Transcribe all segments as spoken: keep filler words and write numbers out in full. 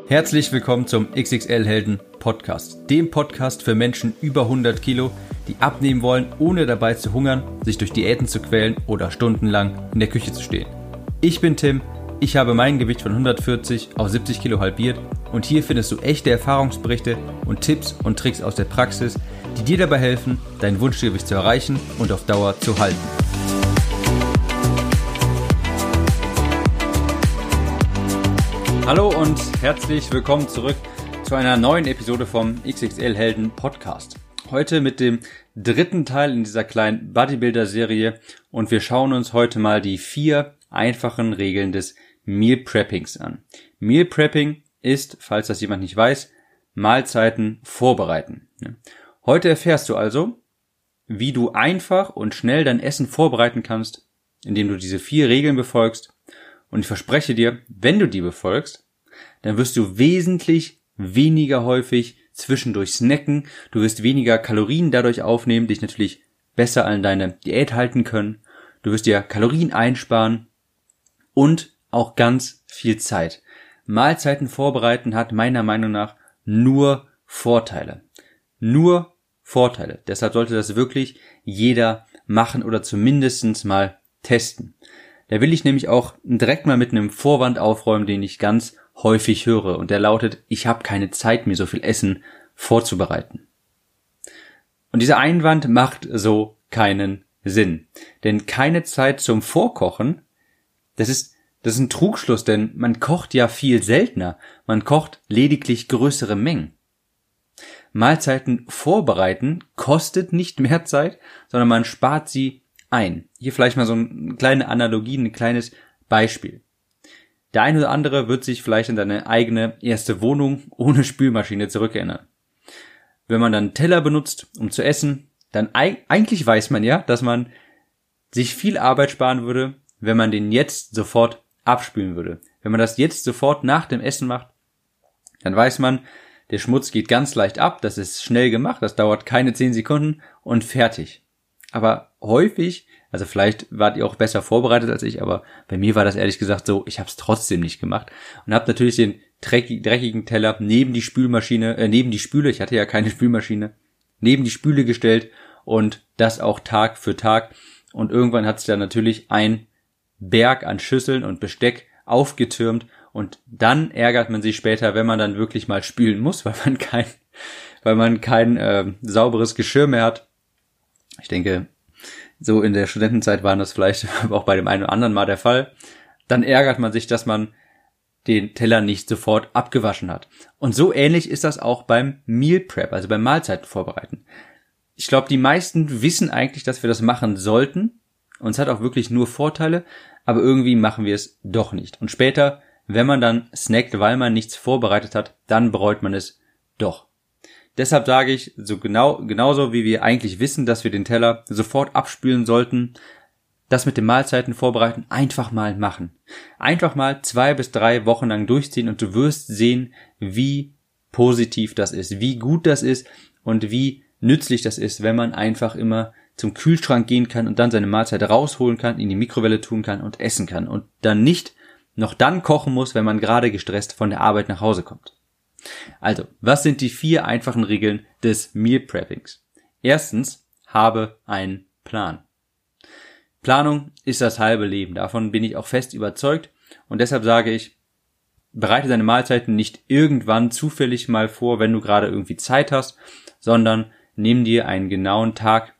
Herzlich willkommen zum X X L-Helden Podcast, dem Podcast für Menschen über hundert Kilo, die abnehmen wollen, ohne dabei zu hungern, sich durch Diäten zu quälen oder stundenlang in der Küche zu stehen. Ich bin Tim, ich habe mein Gewicht von hundertvierzig auf siebzig Kilo halbiert und hier findest du echte Erfahrungsberichte und Tipps und Tricks aus der Praxis, die dir dabei helfen, dein Wunschgewicht zu erreichen und auf Dauer zu halten. Hallo und herzlich willkommen zurück zu einer neuen Episode vom X X L-Helden Podcast. Heute mit dem dritten Teil in dieser kleinen Bodybuilder-Serie und wir schauen uns heute mal die vier einfachen Regeln des Meal Preppings an. Meal Prepping ist, falls das jemand nicht weiß, Mahlzeiten vorbereiten. Heute erfährst du also, wie du einfach und schnell dein Essen vorbereiten kannst, indem du diese vier Regeln befolgst. Und ich verspreche dir, wenn du die befolgst, dann wirst du wesentlich weniger häufig zwischendurch snacken. Du wirst weniger Kalorien dadurch aufnehmen, dich natürlich besser an deine Diät halten können. Du wirst dir Kalorien einsparen und auch ganz viel Zeit. Mahlzeiten vorbereiten hat meiner Meinung nach nur Vorteile. Nur Vorteile. Deshalb sollte das wirklich jeder machen oder zumindest mal testen. Da will ich nämlich auch direkt mal mit einem Vorwand aufräumen, den ich ganz häufig höre. Und der lautet, ich habe keine Zeit, mir so viel Essen vorzubereiten. Und dieser Einwand macht so keinen Sinn. Denn keine Zeit zum Vorkochen, das ist, das ist ein Trugschluss, denn man kocht ja viel seltener. Man kocht lediglich größere Mengen. Mahlzeiten vorbereiten kostet nicht mehr Zeit, sondern man spart sie ein. Hier vielleicht mal so eine kleine Analogie, ein kleines Beispiel. Der eine oder andere wird sich vielleicht an seine eigene erste Wohnung ohne Spülmaschine zurückerinnern. Wenn man dann einen Teller benutzt, um zu essen, dann eigentlich weiß man ja, dass man sich viel Arbeit sparen würde, wenn man den jetzt sofort abspülen würde. Wenn man das jetzt sofort nach dem Essen macht, dann weiß man, der Schmutz geht ganz leicht ab, das ist schnell gemacht, das dauert keine zehn Sekunden und fertig. Aber häufig, also vielleicht wart ihr auch besser vorbereitet als ich, aber bei mir war das ehrlich gesagt so, ich habe es trotzdem nicht gemacht und habe natürlich den dreckigen Teller neben die Spülmaschine, äh, neben die Spüle, ich hatte ja keine Spülmaschine, neben die Spüle gestellt und das auch Tag für Tag und irgendwann hat sich dann natürlich ein Berg an Schüsseln und Besteck aufgetürmt und dann ärgert man sich später, wenn man dann wirklich mal spülen muss, weil man kein, weil man kein äh, sauberes Geschirr mehr hat. Ich denke, so in der Studentenzeit war das vielleicht auch bei dem einen oder anderen mal der Fall. Dann ärgert man sich, dass man den Teller nicht sofort abgewaschen hat. Und so ähnlich ist das auch beim Meal Prep, also beim Mahlzeiten vorbereiten. Ich glaube, die meisten wissen eigentlich, dass wir das machen sollten. Und es hat auch wirklich nur Vorteile, aber irgendwie machen wir es doch nicht. Und später, wenn man dann snackt, weil man nichts vorbereitet hat, dann bereut man es doch. Deshalb sage ich, so genau, genauso wie wir eigentlich wissen, dass wir den Teller sofort abspülen sollten, das mit den Mahlzeiten vorbereiten, einfach mal machen. Einfach mal zwei bis drei Wochen lang durchziehen und du wirst sehen, wie positiv das ist, wie gut das ist und wie nützlich das ist, wenn man einfach immer zum Kühlschrank gehen kann und dann seine Mahlzeit rausholen kann, in die Mikrowelle tun kann und essen kann und dann nicht noch dann kochen muss, wenn man gerade gestresst von der Arbeit nach Hause kommt. Also, was sind die vier einfachen Regeln des Meal Preppings? Erstens, habe einen Plan. Planung ist das halbe Leben. Davon bin ich auch fest überzeugt. Und deshalb sage ich, bereite deine Mahlzeiten nicht irgendwann zufällig mal vor, wenn du gerade irgendwie Zeit hast, sondern nimm dir einen genauen Tag,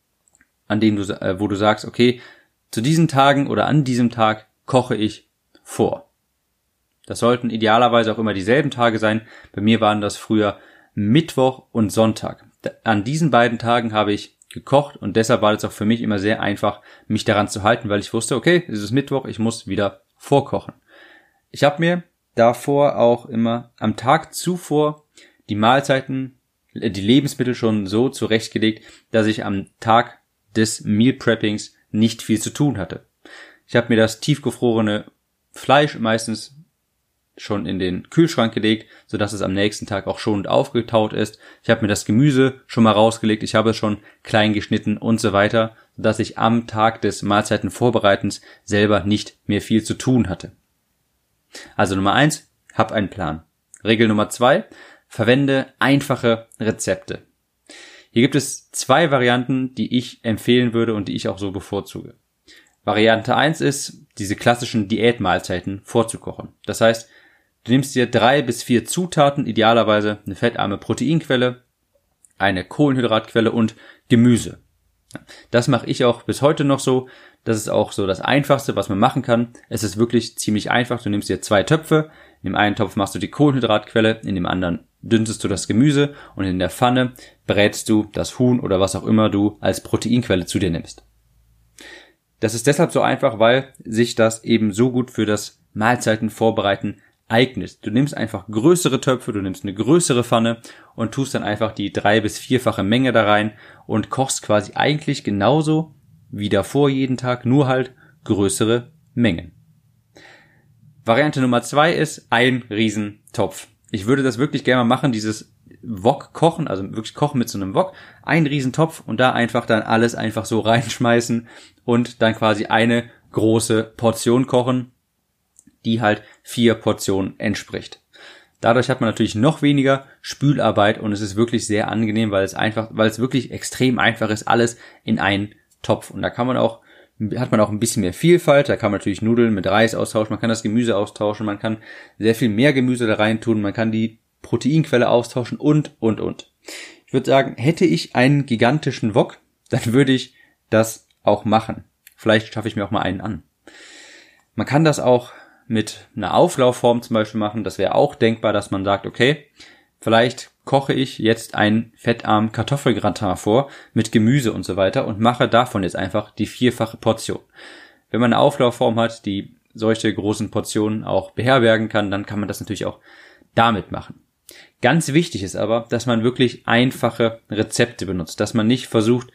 an dem du, äh, wo du sagst, okay, zu diesen Tagen oder an diesem Tag koche ich vor. Das sollten idealerweise auch immer dieselben Tage sein. Bei mir waren das früher Mittwoch und Sonntag. An diesen beiden Tagen habe ich gekocht und deshalb war es auch für mich immer sehr einfach, mich daran zu halten, weil ich wusste, okay, es ist Mittwoch, ich muss wieder vorkochen. Ich habe mir davor auch immer am Tag zuvor die Mahlzeiten, die Lebensmittel schon so zurechtgelegt, dass ich am Tag des Meal Preppings nicht viel zu tun hatte. Ich habe mir das tiefgefrorene Fleisch meistens schon in den Kühlschrank gelegt, sodass es am nächsten Tag auch schonend aufgetaut ist. Ich habe mir das Gemüse schon mal rausgelegt, ich habe es schon klein geschnitten und so weiter, sodass ich am Tag des Mahlzeitenvorbereitens selber nicht mehr viel zu tun hatte. Also Nummer eins, hab einen Plan. Regel Nummer zwei, verwende einfache Rezepte. Hier gibt es zwei Varianten, die ich empfehlen würde und die ich auch so bevorzuge. Variante eins ist, diese klassischen Diätmahlzeiten vorzukochen. Das heißt, du nimmst dir drei bis vier Zutaten, idealerweise eine fettarme Proteinquelle, eine Kohlenhydratquelle und Gemüse. Das mache ich auch bis heute noch so. Das ist auch so das Einfachste, was man machen kann. Es ist wirklich ziemlich einfach. Du nimmst dir zwei Töpfe. In dem einen Topf machst du die Kohlenhydratquelle, in dem anderen dünstest du das Gemüse und in der Pfanne brätst du das Huhn oder was auch immer du als Proteinquelle zu dir nimmst. Das ist deshalb so einfach, weil sich das eben so gut für das Mahlzeitenvorbereiten eignet. Du nimmst einfach größere Töpfe, du nimmst eine größere Pfanne und tust dann einfach die drei- bis vierfache Menge da rein und kochst quasi eigentlich genauso wie davor jeden Tag, nur halt größere Mengen. Variante Nummer zwei ist ein Riesentopf. Ich würde das wirklich gerne mal machen, dieses Wok kochen, also wirklich kochen mit so einem Wok, ein Riesentopf und da einfach dann alles einfach so reinschmeißen und dann quasi eine große Portion kochen, die halt vier Portionen entspricht. Dadurch hat man natürlich noch weniger Spülarbeit und es ist wirklich sehr angenehm, weil es einfach, weil es wirklich extrem einfach ist, alles in einen Topf. Und da kann man auch, hat man auch ein bisschen mehr Vielfalt. Da kann man natürlich Nudeln mit Reis austauschen, man kann das Gemüse austauschen, man kann sehr viel mehr Gemüse da rein tun, man kann die Proteinquelle austauschen und, und, und. Ich würde sagen, hätte ich einen gigantischen Wok, dann würde ich das auch machen. Vielleicht schaffe ich mir auch mal einen an. Man kann das auch mit einer Auflaufform zum Beispiel machen. Das wäre auch denkbar, dass man sagt, okay, vielleicht koche ich jetzt einen fettarmen Kartoffelgratin vor mit Gemüse und so weiter und mache davon jetzt einfach die vierfache Portion. Wenn man eine Auflaufform hat, die solche großen Portionen auch beherbergen kann, dann kann man das natürlich auch damit machen. Ganz wichtig ist aber, dass man wirklich einfache Rezepte benutzt, dass man nicht versucht,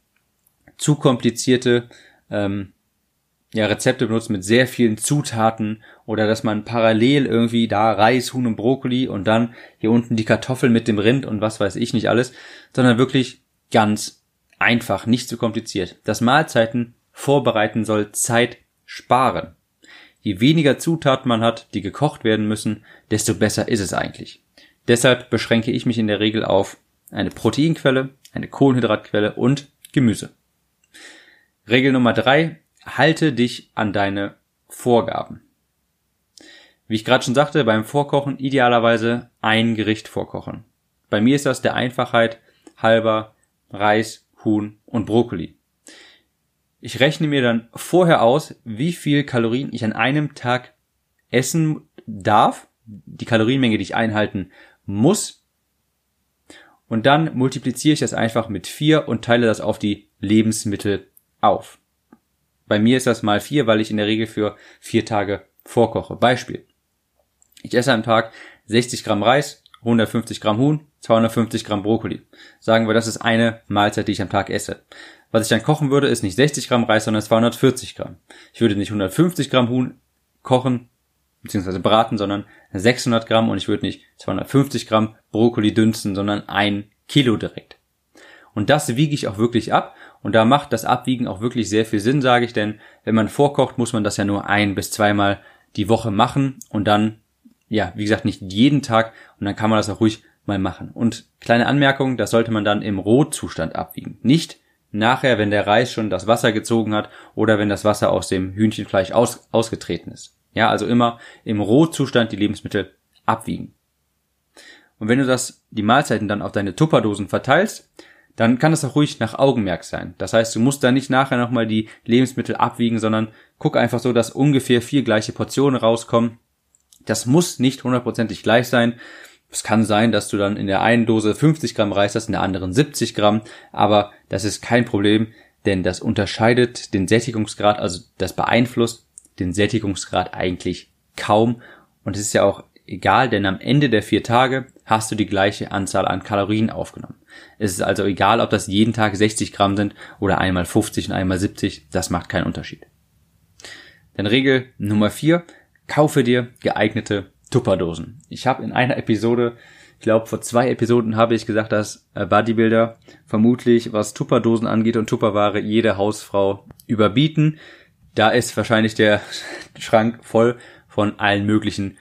zu komplizierte ähm, ja, Rezepte benutzt mit sehr vielen Zutaten oder dass man parallel irgendwie da Reis, Huhn und Brokkoli und dann hier unten die Kartoffeln mit dem Rind und was weiß ich nicht alles, sondern wirklich ganz einfach, nicht zu kompliziert. Das Mahlzeiten vorbereiten soll Zeit sparen. Je weniger Zutaten man hat, die gekocht werden müssen, desto besser ist es eigentlich. Deshalb beschränke ich mich in der Regel auf eine Proteinquelle, eine Kohlenhydratquelle und Gemüse. Regel Nummer drei. Halte dich an deine Vorgaben. Wie ich gerade schon sagte, beim Vorkochen idealerweise ein Gericht vorkochen. Bei mir ist das der Einfachheit halber Reis, Huhn und Brokkoli. Ich rechne mir dann vorher aus, wie viel Kalorien ich an einem Tag essen darf, die Kalorienmenge, die ich einhalten muss, und dann multipliziere ich das einfach mit vier und teile das auf die Lebensmittel auf. Bei mir ist das mal vier, weil ich in der Regel für vier Tage vorkoche. Beispiel. Ich esse am Tag sechzig Gramm Reis, hundertfünfzig Gramm Huhn, zweihundertfünfzig Gramm Brokkoli. Sagen wir, das ist eine Mahlzeit, die ich am Tag esse. Was ich dann kochen würde, ist nicht sechzig Gramm Reis, sondern zweihundertvierzig Gramm. Ich würde nicht hundertfünfzig Gramm Huhn kochen, beziehungsweise braten, sondern sechshundert Gramm, und ich würde nicht zweihundertfünfzig Gramm Brokkoli dünsten, sondern ein Kilo direkt. Und das wiege ich auch wirklich ab. Und da macht das Abwiegen auch wirklich sehr viel Sinn, sage ich, denn wenn man vorkocht, muss man das ja nur ein- bis zweimal die Woche machen und dann, ja, wie gesagt, nicht jeden Tag, und dann kann man das auch ruhig mal machen. Und kleine Anmerkung, das sollte man dann im Rohzustand abwiegen. Nicht nachher, wenn der Reis schon das Wasser gezogen hat oder wenn das Wasser aus dem Hühnchenfleisch aus, ausgetreten ist. Ja, also immer im Rohzustand die Lebensmittel abwiegen. Und wenn du das, die Mahlzeiten dann auf deine Tupperdosen verteilst, dann kann das auch ruhig nach Augenmerk sein. Das heißt, du musst da nicht nachher nochmal die Lebensmittel abwiegen, sondern guck einfach so, dass ungefähr vier gleiche Portionen rauskommen. Das muss nicht hundertprozentig gleich sein. Es kann sein, dass du dann in der einen Dose fünfzig Gramm Reis hast, in der anderen siebzig Gramm, aber das ist kein Problem, denn das unterscheidet den Sättigungsgrad, also das beeinflusst den Sättigungsgrad eigentlich kaum, und es ist ja auch egal, denn am Ende der vier Tage hast du die gleiche Anzahl an Kalorien aufgenommen. Es ist also egal, ob das jeden Tag sechzig Gramm sind oder einmal fünfzig und einmal siebzig, das macht keinen Unterschied. Dann Regel Nummer vier, kaufe dir geeignete Tupperdosen. Ich habe in einer Episode, ich glaube vor zwei Episoden habe ich gesagt, dass Bodybuilder vermutlich, was Tupperdosen angeht und Tupperware, jede Hausfrau überbieten. Da ist wahrscheinlich der Schrank voll von allen möglichen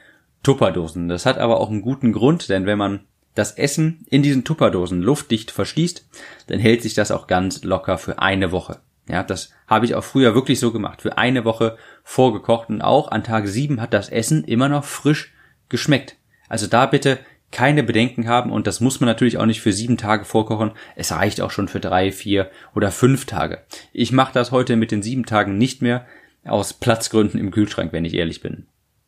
Tupperdosen. Das hat aber auch einen guten Grund, denn wenn man das Essen in diesen Tupperdosen luftdicht verschließt, dann hält sich das auch ganz locker für eine Woche. Ja, das habe ich auch früher wirklich so gemacht, für eine Woche vorgekocht und auch an Tag sieben hat das Essen immer noch frisch geschmeckt. Also da bitte keine Bedenken haben und das muss man natürlich auch nicht für sieben Tage vorkochen. Es reicht auch schon für drei, vier oder fünf Tage. Ich mache das heute mit den sieben Tagen nicht mehr, aus Platzgründen im Kühlschrank, wenn ich ehrlich bin.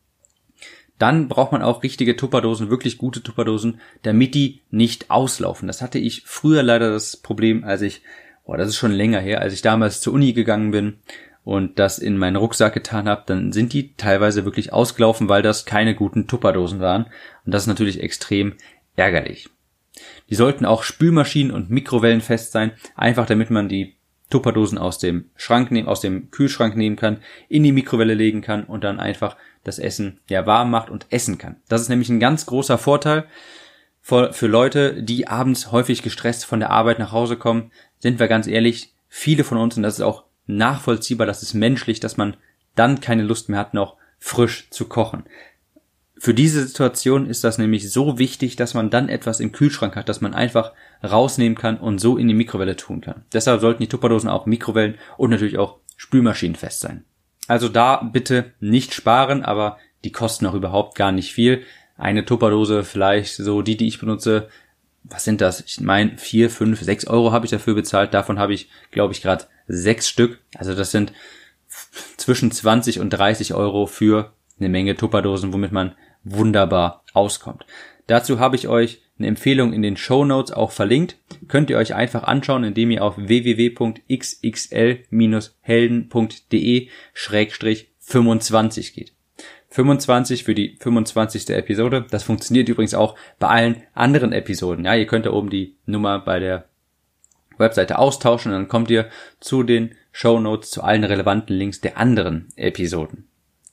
Dann braucht man auch richtige Tupperdosen, wirklich gute Tupperdosen, damit die nicht auslaufen. Das hatte ich früher leider das Problem, als ich, boah, das ist schon länger her, als ich damals zur Uni gegangen bin und das in meinen Rucksack getan habe, dann sind die teilweise wirklich ausgelaufen, weil das keine guten Tupperdosen waren. Und das ist natürlich extrem ärgerlich. Die sollten auch spülmaschinen- und mikrowellenfest sein, einfach damit man die Tupperdosen aus dem Schrank nehmen, aus dem Kühlschrank nehmen kann, in die Mikrowelle legen kann und dann einfach das Essen ja warm macht und essen kann. Das ist nämlich ein ganz großer Vorteil für, für Leute, die abends häufig gestresst von der Arbeit nach Hause kommen. Sind wir ganz ehrlich, viele von uns, und das ist auch nachvollziehbar, das ist menschlich, dass man dann keine Lust mehr hat, noch frisch zu kochen. Für diese Situation ist das nämlich so wichtig, dass man dann etwas im Kühlschrank hat, dass man einfach rausnehmen kann und so in die Mikrowelle tun kann. Deshalb sollten die Tupperdosen auch Mikrowellen und natürlich auch spülmaschinenfest sein. Also da bitte nicht sparen, aber die kosten auch überhaupt gar nicht viel. Eine Tupperdose vielleicht so die, die ich benutze, was sind das? Ich meine vier, fünf, sechs Euro habe ich dafür bezahlt. Davon habe ich, glaube ich, gerade sechs Stück. Also das sind zwischen zwanzig und dreißig Euro für eine Menge Tupperdosen, womit man wunderbar auskommt. Dazu habe ich euch eine Empfehlung in den Shownotes auch verlinkt. Könnt ihr euch einfach anschauen, indem ihr auf w w w punkt x x l bindestrich helden punkt d e schrägstrich fünfundzwanzig geht. fünfundzwanzig für die fünfundzwanzigste Episode. Das funktioniert übrigens auch bei allen anderen Episoden. Ja, ihr könnt da oben die Nummer bei der Webseite austauschen und dann kommt ihr zu den Shownotes, zu allen relevanten Links der anderen Episoden.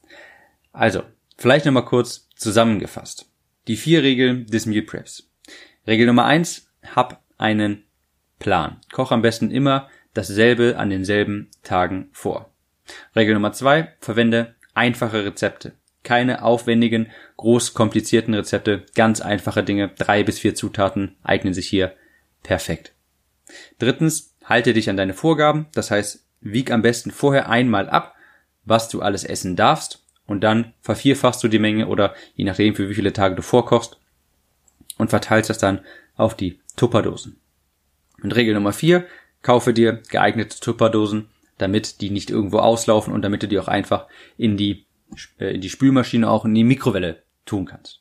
Also, vielleicht nochmal kurz zusammengefasst. Die vier Regeln des Meal Preps. Regel Nummer eins, hab einen Plan. Koch am besten immer dasselbe an denselben Tagen vor. Regel Nummer zwei, verwende einfache Rezepte. Keine aufwendigen, groß komplizierten Rezepte, ganz einfache Dinge, drei bis vier Zutaten eignen sich hier perfekt. Drittens, halte dich an deine Vorgaben, das heißt, wieg am besten vorher einmal ab, was du alles essen darfst. Und dann vervierfachst du die Menge oder je nachdem, für wie viele Tage du vorkochst und verteilst das dann auf die Tupperdosen. Und Regel Nummer vier, kaufe dir geeignete Tupperdosen, damit die nicht irgendwo auslaufen und damit du die auch einfach in die, in die Spülmaschine, auch in die Mikrowelle tun kannst.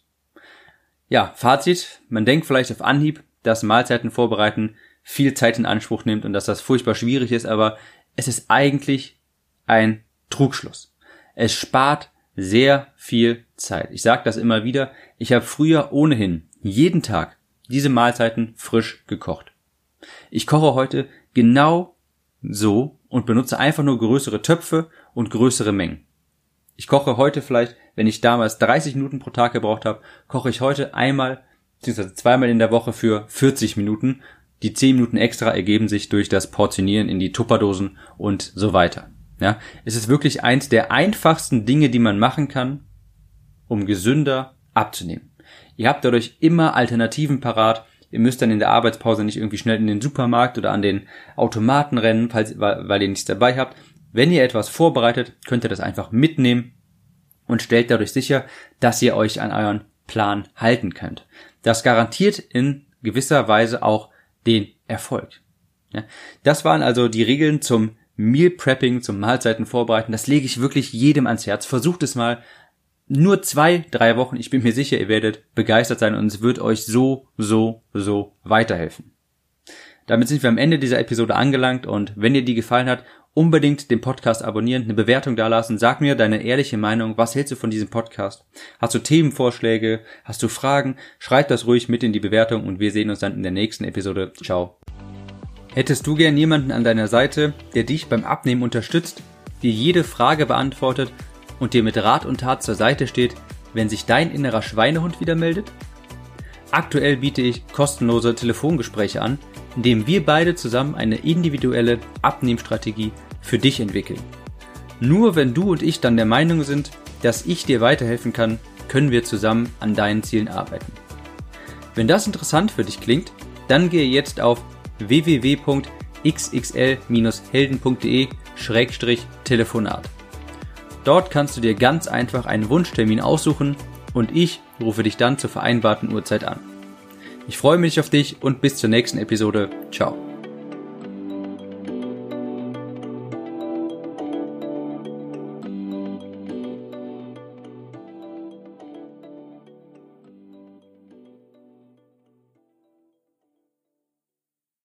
Ja, Fazit, man denkt vielleicht auf Anhieb, dass Mahlzeiten vorbereiten viel Zeit in Anspruch nimmt und dass das furchtbar schwierig ist, aber es ist eigentlich ein Trugschluss. Es spart sehr viel Zeit. Ich sage das immer wieder. Ich habe früher ohnehin jeden Tag diese Mahlzeiten frisch gekocht. Ich koche heute genau so und benutze einfach nur größere Töpfe und größere Mengen. Ich koche heute vielleicht, wenn ich damals dreißig Minuten pro Tag gebraucht habe, koche ich heute einmal bzw. zweimal in der Woche für vierzig Minuten. Die zehn Minuten extra ergeben sich durch das Portionieren in die Tupperdosen und so weiter. Ja, es ist wirklich eins der einfachsten Dinge, die man machen kann, um gesünder abzunehmen. Ihr habt dadurch immer Alternativen parat. Ihr müsst dann in der Arbeitspause nicht irgendwie schnell in den Supermarkt oder an den Automaten rennen, falls, weil, weil ihr nichts dabei habt. Wenn ihr etwas vorbereitet, könnt ihr das einfach mitnehmen und stellt dadurch sicher, dass ihr euch an euren Plan halten könnt. Das garantiert in gewisser Weise auch den Erfolg. Ja, das waren also die Regeln zum Meal Prepping, zum Mahlzeiten vorbereiten. Das lege ich wirklich jedem ans Herz. Versucht es mal. Nur zwei, drei Wochen. Ich bin mir sicher, ihr werdet begeistert sein und es wird euch so, so, so weiterhelfen. Damit sind wir am Ende dieser Episode angelangt und wenn dir die gefallen hat, unbedingt den Podcast abonnieren, eine Bewertung dalassen. Sag mir deine ehrliche Meinung. Was hältst du von diesem Podcast? Hast du Themenvorschläge? Hast du Fragen? Schreib das ruhig mit in die Bewertung und wir sehen uns dann in der nächsten Episode. Ciao. Hättest du gern jemanden an deiner Seite, der dich beim Abnehmen unterstützt, dir jede Frage beantwortet und dir mit Rat und Tat zur Seite steht, wenn sich dein innerer Schweinehund wieder meldet? Aktuell biete ich kostenlose Telefongespräche an, in dem wir beide zusammen eine individuelle Abnehmstrategie für dich entwickeln. Nur wenn du und ich dann der Meinung sind, dass ich dir weiterhelfen kann, können wir zusammen an deinen Zielen arbeiten. Wenn das interessant für dich klingt, dann gehe jetzt auf w w w punkt x x l bindestrich helden punkt d e schrägstrich telefonat. Dort kannst du dir ganz einfach einen Wunschtermin aussuchen und ich rufe dich dann zur vereinbarten Uhrzeit an. Ich freue mich auf dich und bis zur nächsten Episode. Ciao.